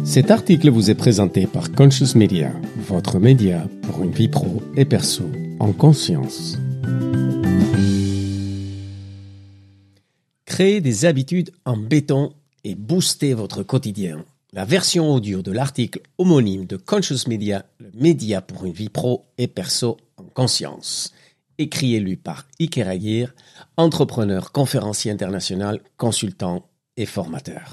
Cet article vous est présenté par Conscious Media, votre média pour une vie pro et perso en conscience. Créez des habitudes en béton et boostez votre quotidien. La version audio de l'article homonyme de Conscious Media, le média pour une vie pro et perso en conscience. Écrit et lu par Iker Aguirre, entrepreneur, conférencier international, consultant et formateur.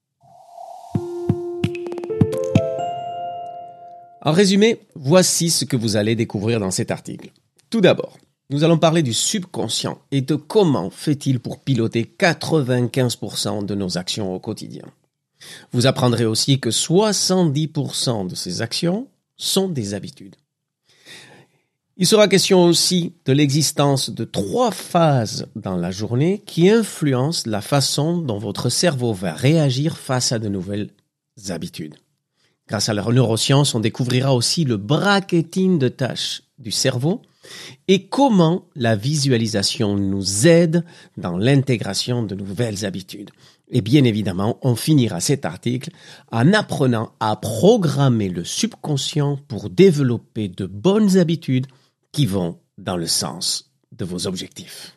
En résumé, voici ce que vous allez découvrir dans cet article. Tout d'abord, nous allons parler du subconscient et de comment fait-il pour piloter 95% de nos actions au quotidien. Vous apprendrez aussi que 70% de ces actions sont des habitudes. Il sera question aussi de l'existence de 3 phases dans la journée qui influencent la façon dont votre cerveau va réagir face à de nouvelles habitudes. Grâce à la neuroscience, on découvrira aussi le bracketing de tâches du cerveau et comment la visualisation nous aide dans l'intégration de nouvelles habitudes. Et bien évidemment, on finira cet article en apprenant à programmer le subconscient pour développer de bonnes habitudes qui vont dans le sens de vos objectifs.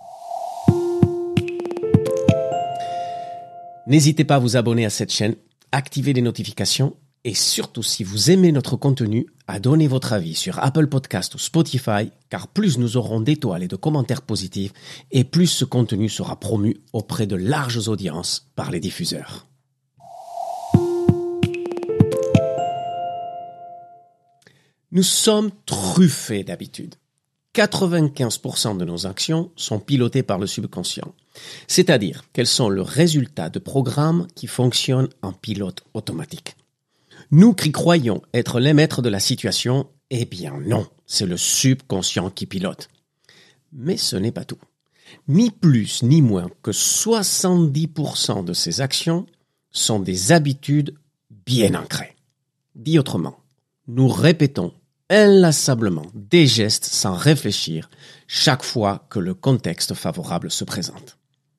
N'hésitez pas à vous abonner à cette chaîne, activer les notifications et surtout, si vous aimez notre contenu, à donner votre avis sur Apple Podcast ou Spotify, car plus nous aurons d'étoiles et de commentaires positifs, et plus ce contenu sera promu auprès de larges audiences par les diffuseurs. Nous sommes truffés d'habitudes. 95% de nos actions sont pilotées par le subconscient, c'est-à-dire qu'elles sont le résultat de programmes qui fonctionnent en pilote automatique. Nous qui croyons être les maîtres de la situation, eh bien non, c'est le subconscient qui pilote. Mais ce n'est pas tout. Ni plus ni moins que 70% de ces actions sont des habitudes bien ancrées. Dit autrement, nous répétons inlassablement des gestes sans réfléchir chaque fois que le contexte favorable se présente.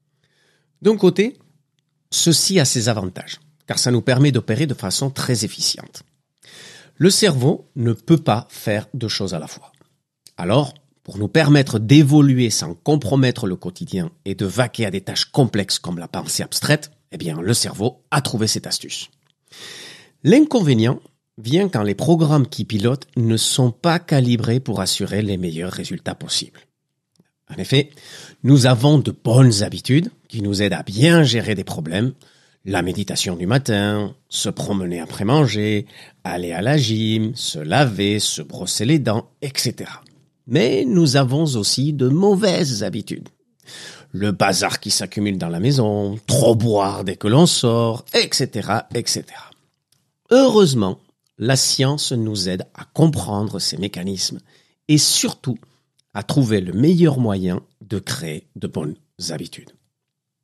D'un côté, ceci a ses avantages, car ça nous permet d'opérer de façon très efficiente. Le cerveau ne peut pas faire 2 choses à la fois. Alors, pour nous permettre d'évoluer sans compromettre le quotidien et de vaquer à des tâches complexes comme la pensée abstraite, eh bien, le cerveau a trouvé cette astuce. L'inconvénient vient quand les programmes qui pilotent ne sont pas calibrés pour assurer les meilleurs résultats possibles. En effet, nous avons de bonnes habitudes qui nous aident à bien gérer des problèmes. La méditation du matin, se promener après manger, aller à la gym, se laver, se brosser les dents, etc. Mais nous avons aussi de mauvaises habitudes. Le bazar qui s'accumule dans la maison, trop boire dès que l'on sort, etc., etc. Heureusement, la science nous aide à comprendre ces mécanismes et surtout à trouver le meilleur moyen de créer de bonnes habitudes. Pourquoi ?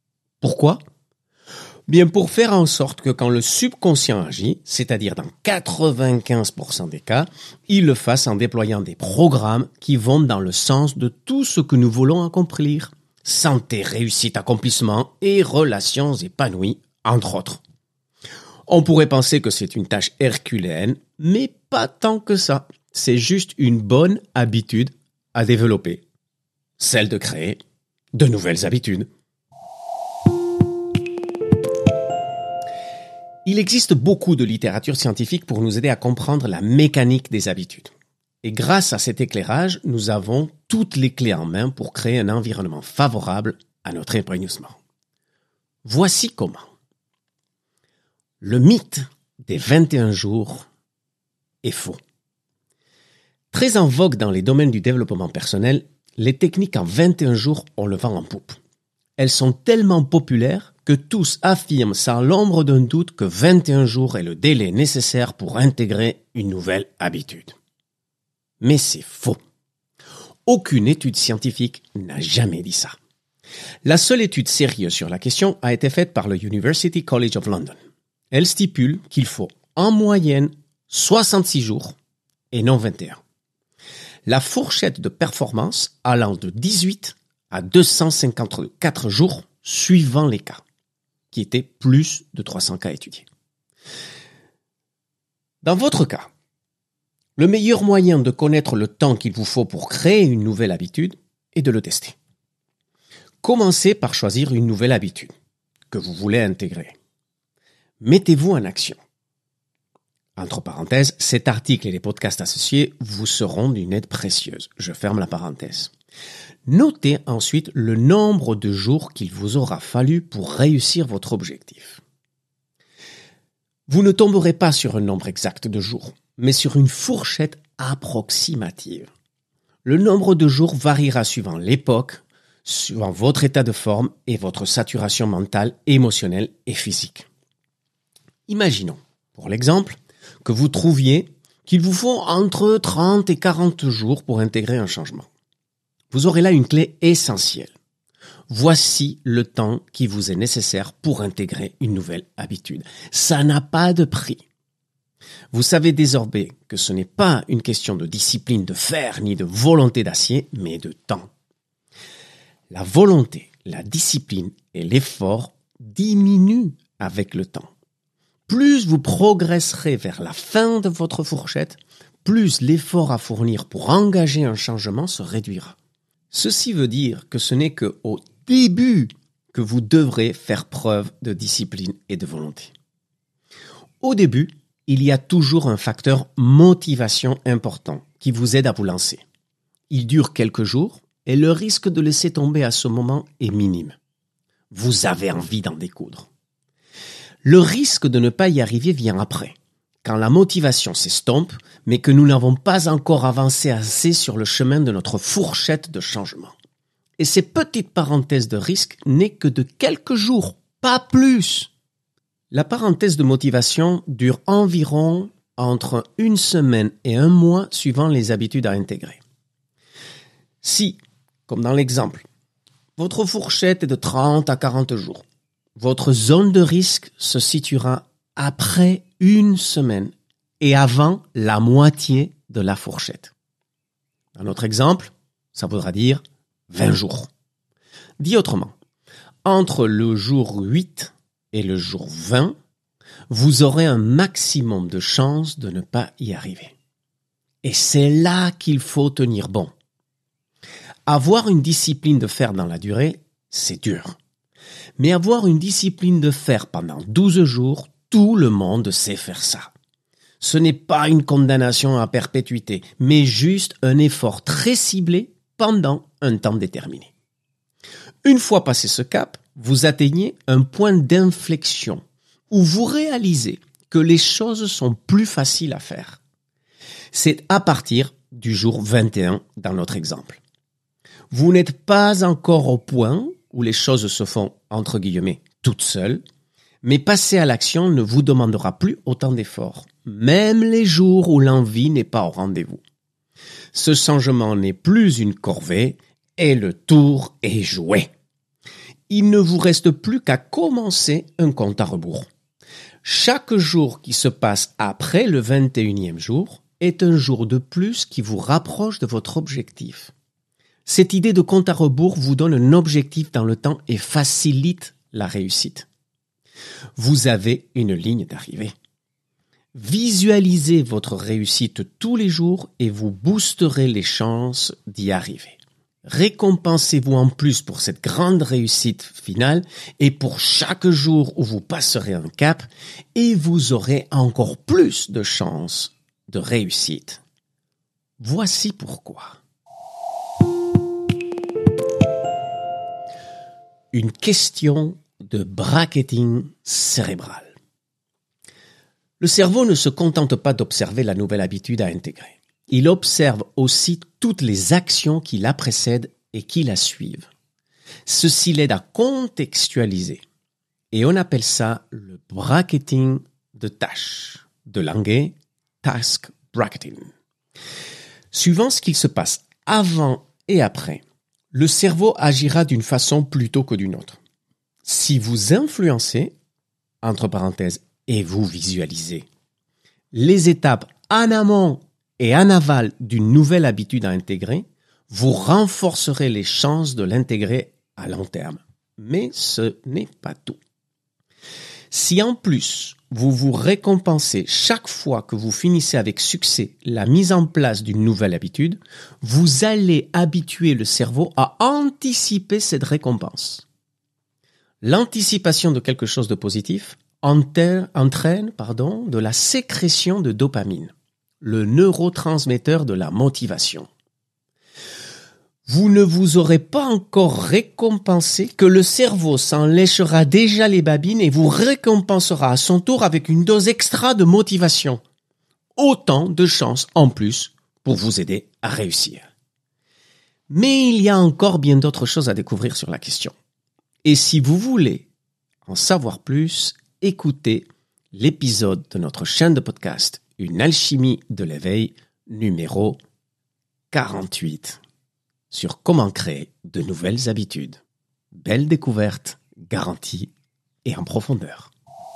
Bien, pour faire en sorte que quand le subconscient agit, c'est-à-dire dans 95% des cas, il le fasse en déployant des programmes qui vont dans le sens de tout ce que nous voulons accomplir. Santé, réussite, accomplissement et relations épanouies, entre autres. On pourrait penser que c'est une tâche herculéenne, mais pas tant que ça. C'est juste une bonne habitude à développer. Celle de créer de nouvelles habitudes. Il existe beaucoup de littérature scientifique pour nous aider à comprendre la mécanique des habitudes. Et grâce à cet éclairage, nous avons toutes les clés en main pour créer un environnement favorable à notre épanouissement. Voici comment. Le mythe des 21 jours est faux. Très en vogue dans les domaines du développement personnel, les techniques en 21 jours ont le vent en poupe. Elles sont tellement populaires que tous affirment sans l'ombre d'un doute que 21 jours est le délai nécessaire pour intégrer une nouvelle habitude. Mais c'est faux. Aucune étude scientifique n'a jamais dit ça. La seule étude sérieuse sur la question a été faite par le University College of London. Elle stipule qu'il faut en moyenne 66 jours et non 21. La fourchette de performance allant de 18 à 254 jours suivant les cas, qui étaient plus de 300 cas étudiés. Dans votre cas, le meilleur moyen de connaître le temps qu'il vous faut pour créer une nouvelle habitude est de le tester. Commencez par choisir une nouvelle habitude que vous voulez intégrer. Mettez-vous en action. Entre parenthèses, cet article et les podcasts associés vous seront d'une aide précieuse. Je ferme la parenthèse. Notez ensuite le nombre de jours qu'il vous aura fallu pour réussir votre objectif. Vous ne tomberez pas sur un nombre exact de jours, mais sur une fourchette approximative. Le nombre de jours variera suivant l'époque, suivant votre état de forme et votre saturation mentale, émotionnelle et physique. Imaginons, pour l'exemple, que vous trouviez qu'il vous faut entre 30 et 40 jours pour intégrer un changement. Vous aurez là une clé essentielle. Voici le temps qui vous est nécessaire pour intégrer une nouvelle habitude. Ça n'a pas de prix. Vous savez désormais que ce n'est pas une question de discipline de fer ni de volonté d'acier, mais de temps. La volonté, la discipline et l'effort diminuent avec le temps. Plus vous progresserez vers la fin de votre fourchette, plus l'effort à fournir pour engager un changement se réduira. Ceci veut dire que ce n'est qu'au début que vous devrez faire preuve de discipline et de volonté. Au début, il y a toujours un facteur motivation important qui vous aide à vous lancer. Il dure quelques jours et le risque de laisser tomber à ce moment est minime. Vous avez envie d'en découdre. Le risque de ne pas y arriver vient après, quand la motivation s'estompe, mais que nous n'avons pas encore avancé assez sur le chemin de notre fourchette de changement. Et ces petites parenthèses de risque n'est que de quelques jours, pas plus. La parenthèse de motivation dure environ entre une semaine et un mois suivant les habitudes à intégrer. Si, comme dans l'exemple, votre fourchette est de 30 à 40 jours, votre zone de risque se situera après une semaine et avant la moitié de la fourchette. Dans notre exemple, ça voudra dire 20 jours. Dit autrement, entre le jour 8 et le jour 20, vous aurez un maximum de chances de ne pas y arriver. Et c'est là qu'il faut tenir bon. Avoir une discipline de fer dans la durée, c'est dur. Mais avoir une discipline de fer pendant 12 jours, tout le monde sait faire ça. Ce n'est pas une condamnation à perpétuité, mais juste un effort très ciblé pendant un temps déterminé. Une fois passé ce cap, vous atteignez un point d'inflexion où vous réalisez que les choses sont plus faciles à faire. C'est à partir du jour 21 dans notre exemple. Vous n'êtes pas encore au point où les choses se font, entre guillemets, toutes seules, mais passer à l'action ne vous demandera plus autant d'efforts, même les jours où l'envie n'est pas au rendez-vous. Ce changement n'est plus une corvée et le tour est joué. Il ne vous reste plus qu'à commencer un compte à rebours. Chaque jour qui se passe après le 21e jour est un jour de plus qui vous rapproche de votre objectif. Cette idée de compte à rebours vous donne un objectif dans le temps et facilite la réussite. Vous avez une ligne d'arrivée. Visualisez votre réussite tous les jours et vous boosterez les chances d'y arriver. Récompensez-vous en plus pour cette grande réussite finale et pour chaque jour où vous passerez un cap et vous aurez encore plus de chances de réussite. Voici pourquoi. Une question de bracketing cérébral. Le cerveau ne se contente pas d'observer la nouvelle habitude à intégrer. Il observe aussi toutes les actions qui la précèdent et qui la suivent. Ceci l'aide à contextualiser. Et on appelle ça le bracketing de tâches. De l'anglais, task bracketing. Suivant ce qu'il se passe avant et après, le cerveau agira d'une façon plutôt que d'une autre. Si vous influencez, entre parenthèses, et vous visualisez, les étapes en amont et en aval d'une nouvelle habitude à intégrer, vous renforcerez les chances de l'intégrer à long terme. Mais ce n'est pas tout. Si en plus, vous vous récompensez chaque fois que vous finissez avec succès la mise en place d'une nouvelle habitude, vous allez habituer le cerveau à anticiper cette récompense. L'anticipation de quelque chose de positif entraîne de la sécrétion de dopamine, le neurotransmetteur de la motivation. Vous ne vous aurez pas encore récompensé que le cerveau s'en léchera déjà les babines et vous récompensera à son tour avec une dose extra de motivation. Autant de chances en plus pour vous aider à réussir. Mais il y a encore bien d'autres choses à découvrir sur la question. Et si vous voulez en savoir plus, écoutez l'épisode de notre chaîne de podcast Une alchimie de l'éveil numéro 48. Sur comment créer de nouvelles habitudes. Belle découverte, garantie et en profondeur.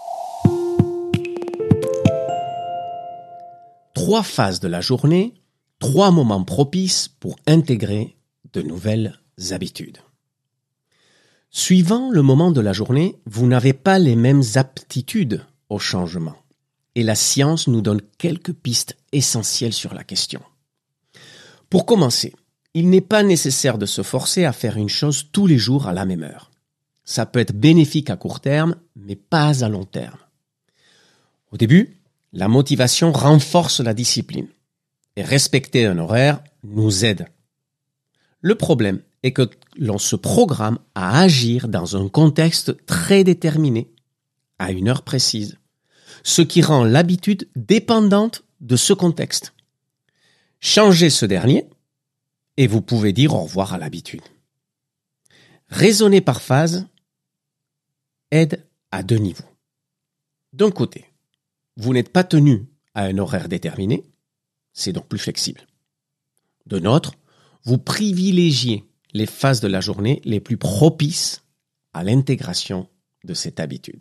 3 phases de la journée, 3 moments propices pour intégrer de nouvelles habitudes. Suivant le moment de la journée, vous n'avez pas les mêmes aptitudes au changement. Et la science nous donne quelques pistes essentielles sur la question. Pour commencer, il n'est pas nécessaire de se forcer à faire une chose tous les jours à la même heure. Ça peut être bénéfique à court terme, mais pas à long terme. Au début, la motivation renforce la discipline. Et respecter un horaire nous aide. Le problème est que l'on se programme à agir dans un contexte très déterminé, à une heure précise, ce qui rend l'habitude dépendante de ce contexte. Changez ce dernier, et vous pouvez dire au revoir à l'habitude. Raisonner par phase aide à 2 niveaux. D'un côté, vous n'êtes pas tenu à un horaire déterminé, c'est donc plus flexible. De l'autre, vous privilégiez les phases de la journée les plus propices à l'intégration de cette habitude.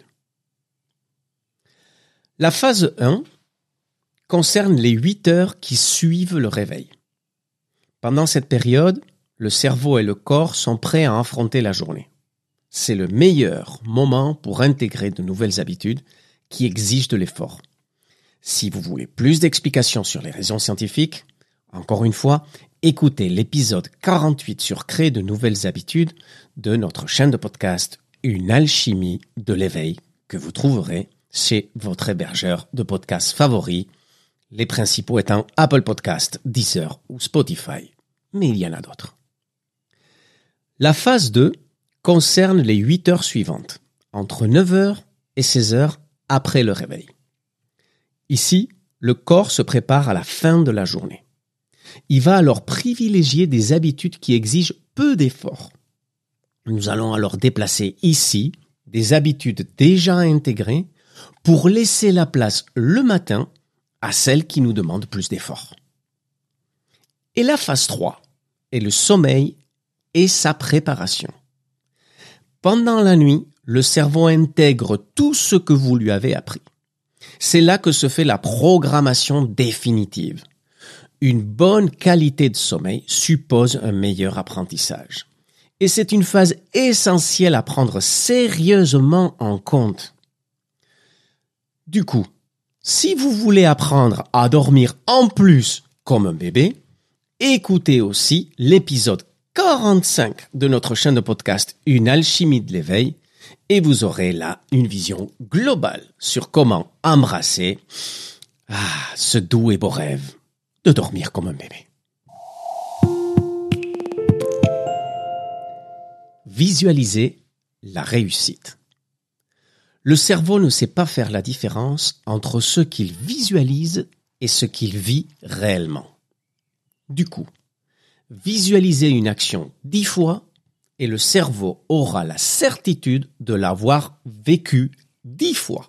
La phase 1 concerne les 8 heures qui suivent le réveil. Pendant cette période, le cerveau et le corps sont prêts à affronter la journée. C'est le meilleur moment pour intégrer de nouvelles habitudes qui exigent de l'effort. Si vous voulez plus d'explications sur les raisons scientifiques, encore une fois, écoutez l'épisode 48 sur créer de nouvelles habitudes de notre chaîne de podcast Une alchimie de l'éveil que vous trouverez chez votre hébergeur de podcasts favori, les principaux étant Apple Podcasts, Deezer ou Spotify. Mais il y en a d'autres. La phase 2 concerne les 8 heures suivantes, entre 9 heures et 16 heures après le réveil. Ici, le corps se prépare à la fin de la journée. Il va alors privilégier des habitudes qui exigent peu d'efforts. Nous allons alors déplacer ici des habitudes déjà intégrées pour laisser la place le matin à celles qui nous demandent plus d'efforts. Et la phase 3 est le sommeil et sa préparation. Pendant la nuit, le cerveau intègre tout ce que vous lui avez appris. C'est là que se fait la programmation définitive. Une bonne qualité de sommeil suppose un meilleur apprentissage. Et c'est une phase essentielle à prendre sérieusement en compte. Du coup, si vous voulez apprendre à dormir en plus comme un bébé, écoutez aussi l'épisode 45 de notre chaîne de podcast Une alchimie de l'éveil et vous aurez là une vision globale sur comment embrasser ce doux et beau rêve de dormir comme un bébé. Visualiser la réussite. Le cerveau ne sait pas faire la différence entre ce qu'il visualise et ce qu'il vit réellement. Du coup, visualisez une action 10 fois et le cerveau aura la certitude de l'avoir vécue 10 fois.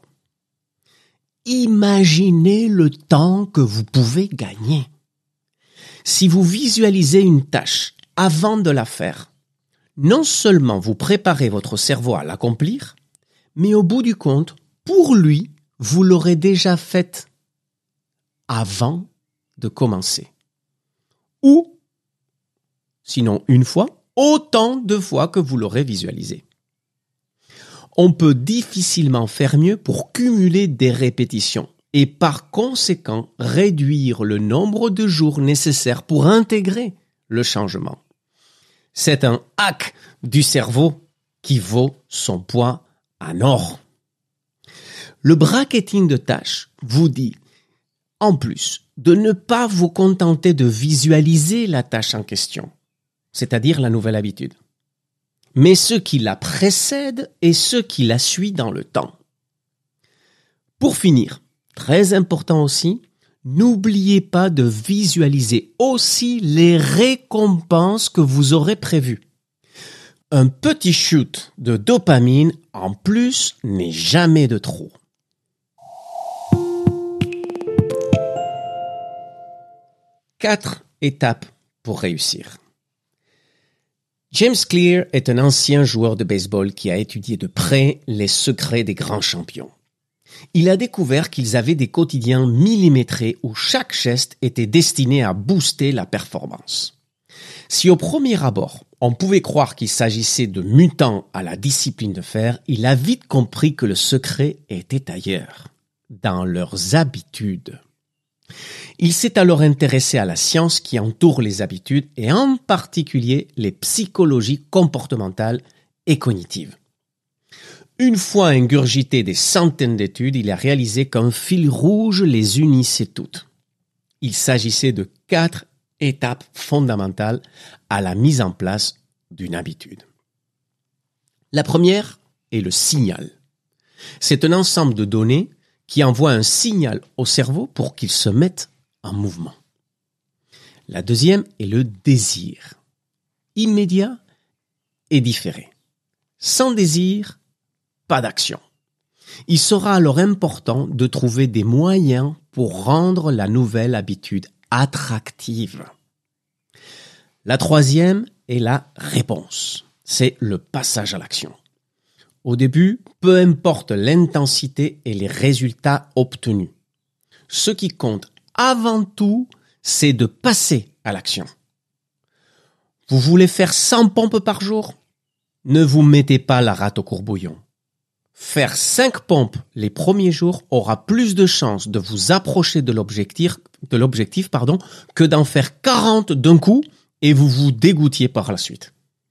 Imaginez le temps que vous pouvez gagner. Si vous visualisez une tâche avant de la faire, non seulement vous préparez votre cerveau à l'accomplir, mais au bout du compte, pour lui, vous l'aurez déjà faite avant de commencer. Ou, sinon une fois, autant de fois que vous l'aurez visualisé. on peut difficilement faire mieux pour cumuler des répétitions et par conséquent réduire le nombre de jours nécessaires pour intégrer le changement. C'est un hack du cerveau qui vaut son poids en or. Le bracketing de tâches vous dit, en plus, de ne pas vous contenter de visualiser la tâche en question, c'est-à-dire la nouvelle habitude, mais ce qui la précède et ce qui la suit dans le temps. Pour finir, très important aussi, n'oubliez pas de visualiser aussi les récompenses que vous aurez prévues. Un petit shoot de dopamine en plus n'est jamais de trop. Quatre étapes pour réussir. James Clear est un ancien joueur de baseball qui a étudié de près les secrets des grands champions. Il a découvert qu'ils avaient des quotidiens millimétrés où chaque geste était destiné à booster la performance. Si au premier abord, on pouvait croire qu'il s'agissait de mutants à la discipline de fer, il a vite compris que le secret était ailleurs, dans leurs habitudes. Il s'est alors intéressé à la science qui entoure les habitudes et en particulier les psychologies comportementales et cognitives. Une fois ingurgité des centaines d'études, il a réalisé qu'un fil rouge les unissait toutes. Il s'agissait de 4 étapes fondamentales à la mise en place d'une habitude. La première est le signal. C'est un ensemble de données qui envoie un signal au cerveau pour qu'il se mette en mouvement. La deuxième est le désir. Immédiat et différé. Sans désir, pas d'action. Il sera alors important de trouver des moyens pour rendre la nouvelle habitude attractive. La troisième est la réponse. C'est le passage à l'action. Au début, peu importe l'intensité et les résultats obtenus. Ce qui compte avant tout, c'est de passer à l'action. Vous voulez faire 100 pompes par jour? Ne vous mettez pas la rate au courbouillon. Faire 5 pompes les premiers jours aura plus de chances de vous approcher de l'objectif, que d'en faire 40 d'un coup et vous vous dégoûtiez par la suite.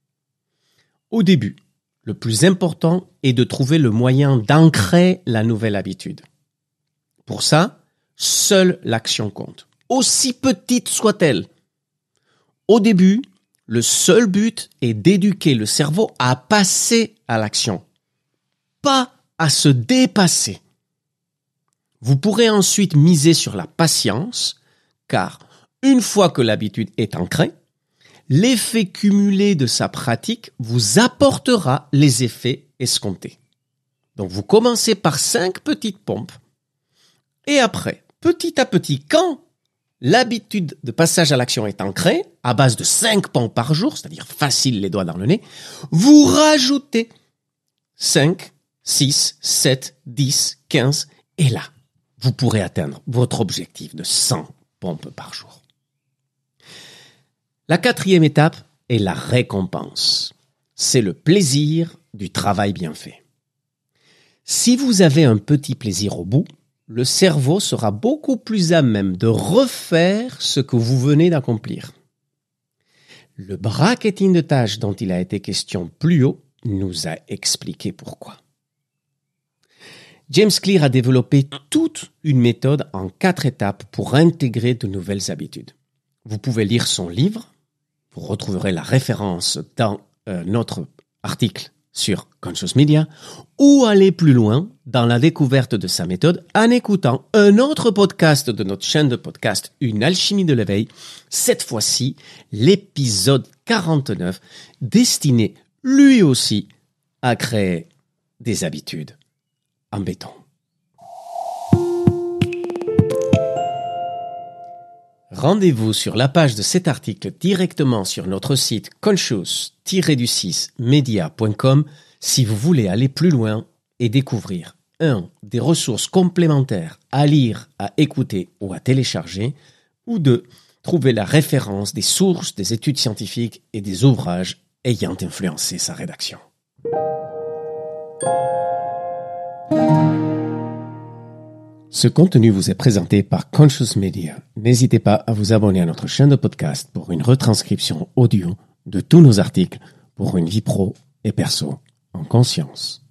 Au début, le plus important est de trouver le moyen d'ancrer la nouvelle habitude. Pour ça, seule l'action compte, aussi petite soit-elle. Au début, le seul but est d'éduquer le cerveau à passer à l'action, pas à se dépasser. Vous pourrez ensuite miser sur la patience, car une fois que l'habitude est ancrée, l'effet cumulé de sa pratique vous apportera les effets escomptés. Donc vous commencez par 5 petites pompes, et après, petit à petit, quand l'habitude de passage à l'action est ancrée, à base de 5 pompes par jour, c'est-à-dire facile les doigts dans le nez, vous rajoutez 5, 6, 7, 10, 15, et là, vous pourrez atteindre votre objectif de 100 pompes par jour. La quatrième étape est la récompense. C'est le plaisir du travail bien fait. Si vous avez un petit plaisir au bout, le cerveau sera beaucoup plus à même de refaire ce que vous venez d'accomplir. Le bracketing de tâches dont il a été question plus haut nous a expliqué pourquoi. James Clear a développé toute une méthode en 4 étapes pour intégrer de nouvelles habitudes. Vous pouvez lire son livre, vous retrouverez la référence dans notre article sur Conscious Media, ou aller plus loin dans la découverte de sa méthode en écoutant un autre podcast de notre chaîne de podcast, Une alchimie de l'éveil, cette fois-ci l'épisode 49, destiné lui aussi à créer des habitudes en béton. Rendez-vous sur la page de cet article directement sur notre site conscious-media.com si vous voulez aller plus loin et découvrir 1. Des ressources complémentaires à lire, à écouter ou à télécharger, ou 2. Trouver la référence des sources, des études scientifiques et des ouvrages ayant influencé sa rédaction. Ce contenu vous est présenté par Conscious Media. N'hésitez pas à vous abonner à notre chaîne de podcast pour une retranscription audio de tous nos articles pour une vie pro et perso en conscience.